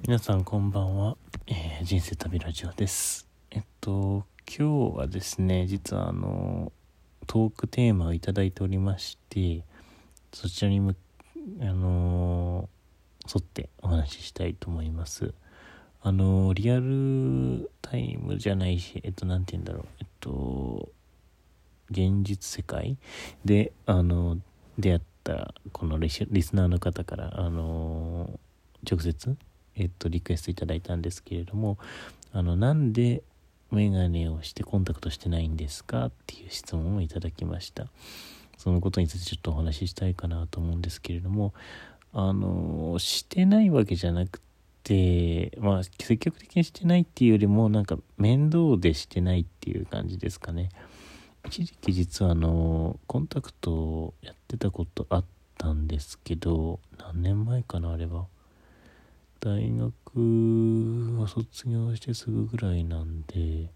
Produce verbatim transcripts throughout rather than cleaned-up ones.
皆さんこんばんは、えー、人生旅ラジオです。えっと今日はですね、実はあのトークテーマをいただいておりまして、そちらにむあの沿ってお話ししたいと思います。あのリアルタイムじゃないし、えっとなんて言うんだろう、えっと現実世界であの出会ったこのリスリスナーの方からあの直接えっとリクエストいただいたんですけれども、あのなんでメガネをしてコンタクトしてないんですかっていう質問をいただきました。そのことについてちょっとお話ししたいかなと思うんですけれども、あのしてないわけじゃなくて、まあ積極的にしてないっていうよりも、なんか面倒でしてないっていう感じですかね。一時期実はあのコンタクトをやってたことあったんですけど、何年前かな、あれは大学を卒業してすぐぐらいなんで、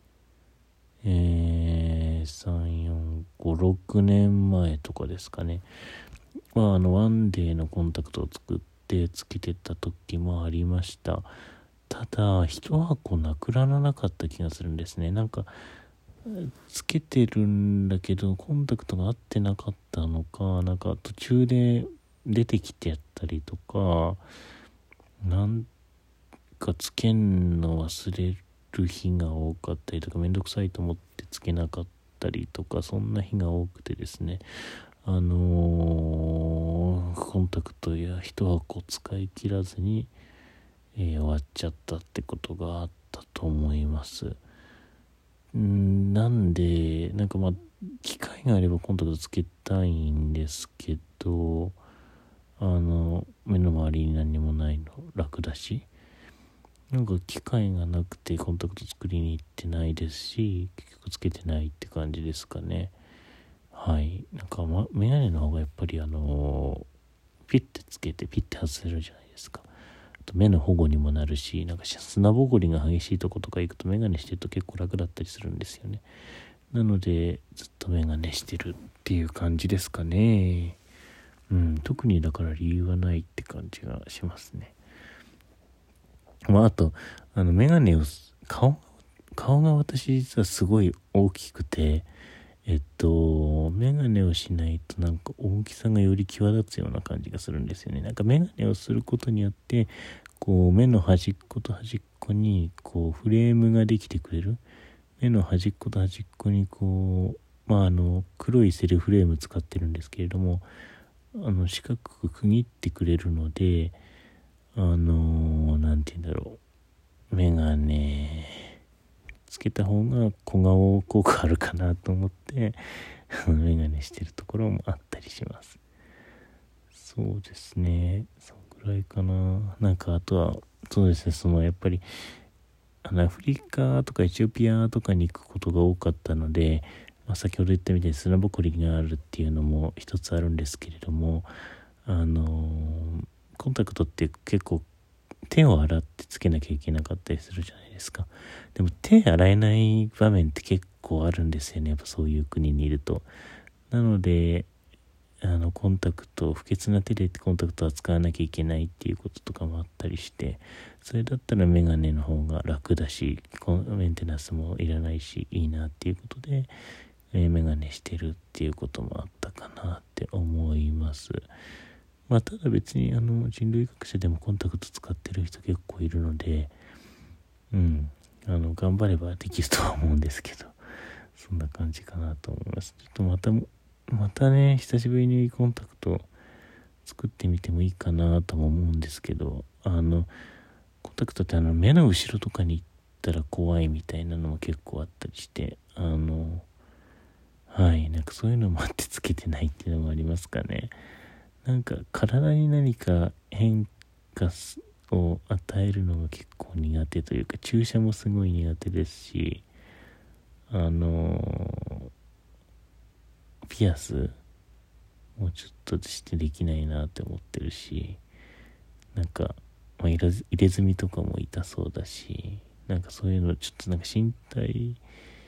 えー、さん、よん、ご、ろくねんまえとかですかね。まああのワンデーのコンタクトを作ってつけてた時もありました。ただ一箱なくならなかった気がするんですね。なんかつけてるんだけどコンタクトが合ってなかったのか、なんか途中で出てきてやったりとか、なんかつけんの忘れる日が多かったりとか、めんどくさいと思ってつけなかったりとか、そんな日が多くてですね、あのー、コンタクトや一箱使い切らずに、えー、終わっちゃったってことがあったと思います。んなんでなんかまあ機会があればコンタクトつけたいんですけど、あの目の周りに何にもないの楽だし、なんか機会がなくてコンタクト作りに行ってないですし、結局つけてないって感じですかね。はい。なんか、ま、メガネの方がやっぱりあのピッてつけてピッて外せるじゃないですか。あと目の保護にもなるし、なんか砂ぼこりが激しいとことか行くとメガネしてると結構楽だったりするんですよね。なのでずっとメガネしてるっていう感じですかね。うん、特にだから理由はないって感じがしますね。まああとあのメガネを顔顔が私実はすごい大きくて、えっとメガネをしないとなんか大きさがより際立つような感じがするんですよね。なんかメガネをすることによってこう目の端っこと端っこにこうフレームができてくれる。目の端っこと端っこにこうまああの黒いセルフレーム使ってるんですけれども、あの四角く区切ってくれるので、あのなんて言うんだろう、メガネつけた方が小顔効果あるかなと思ってメガネしてるところもあったりします。そうですね、そんぐらいかな。なんかあとはそうですね、そのやっぱりあのアフリカとかエチオピアとかに行くことが多かったので、まあ、先ほど言ったみたいに砂ぼこりがあるっていうのも一つあるんですけれども、あのー、コンタクトって結構手を洗ってつけなきゃいけなかったりするじゃないですか。でも手洗えない場面って結構あるんですよね、やっぱそういう国にいると。なのであのコンタクト不潔な手でコンタクトは使わなきゃいけないっていうこととかもあったりして、それだったらメガネの方が楽だしメンテナンスもいらないしいいなっていうことで、えー、メガネしてるっていうこともあったかなって思います。まあただ別にあの人類学者でもコンタクト使ってる人結構いるので、うんあの頑張ればできるとは思うんですけど、そんな感じかなと思います。ちょっとまたまたね久しぶりにコンタクト作ってみてもいいかなとも思うんですけど、あのコンタクトってあの目の後ろとかに行ったら怖いみたいなのも結構あったりして、あのはいなんかそういうのもあってつけてないっていうのもありますかね。なんか体に何か変化を与えるのが結構苦手というか、注射もすごい苦手ですし、あのピアスもうちょっとしてできないなって思ってるし、なんか、まあ、入れ入れ墨とかも痛そうだし、なんかそういうのちょっとなんか身体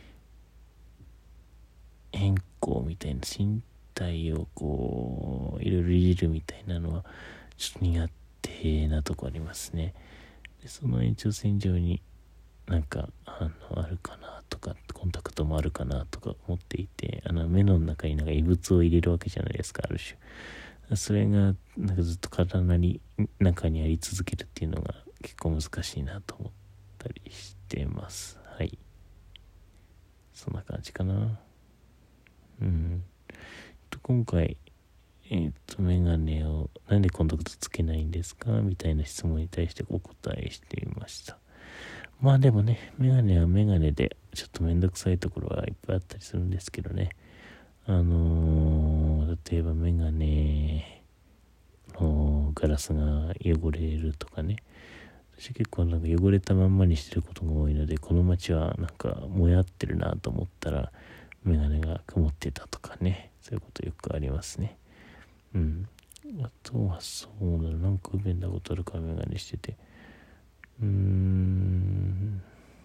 変更みたいな、身体をこういろいろいじるみたいなのはちょっと苦手なとこありますね。 で、その延長線上になんか、あの、あるかなとか、コンタクトもあるかなとか思っていて、あの、目の中になんか異物を入れるわけじゃないですか、ある種。それが、なんかずっと体の中にあり続けるっていうのが結構難しいなと思ったりしてます。はい。そんな感じかな。うん。と今回、えっ、と、メガネを、なんでコンタクトつけないんですかみたいな質問に対してお答えしていました。まあでもね、メガネはメガネで、ちょっとめんどくさいところはいっぱいあったりするんですけどね。あのー、例えばメガネのガラスが汚れるとかね。私結構なんか汚れたまんまにしてることが多いので、この街はなんかもやってるなと思ったら、メガネが曇ってたとかね。そういうことよくありますね。うん。あとはそうだな、なんか不便なことあるからメガネしてて。うーん。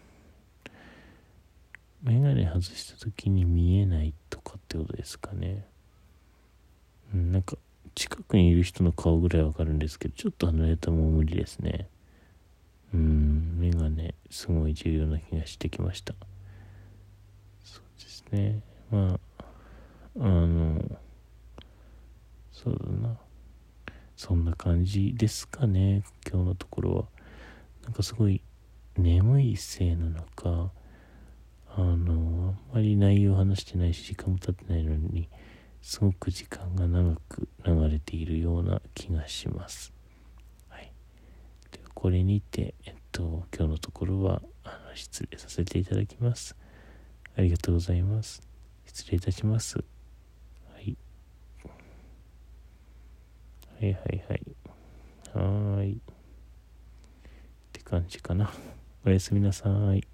メガネ外した時に見えないとかってことですかね。うん、なんか近くにいる人の顔ぐらいわかるんですけど、ちょっと離れたもう無理ですね。うん、メガネすごい重要な気がしてきました。そうですね。まあ、あの、そうだな。そんな感じですかね、今日のところは。なんかすごい眠いせいなのか、あの、あんまり内容を話してないし、時間も経ってないのに、すごく時間が長く流れているような気がします。はい。ではこれにて、えっと、今日のところは、あの、失礼させていただきます。ありがとうございます。失礼いたします。はい。はいはいはい。はーい。って感じかな。おやすみなさい。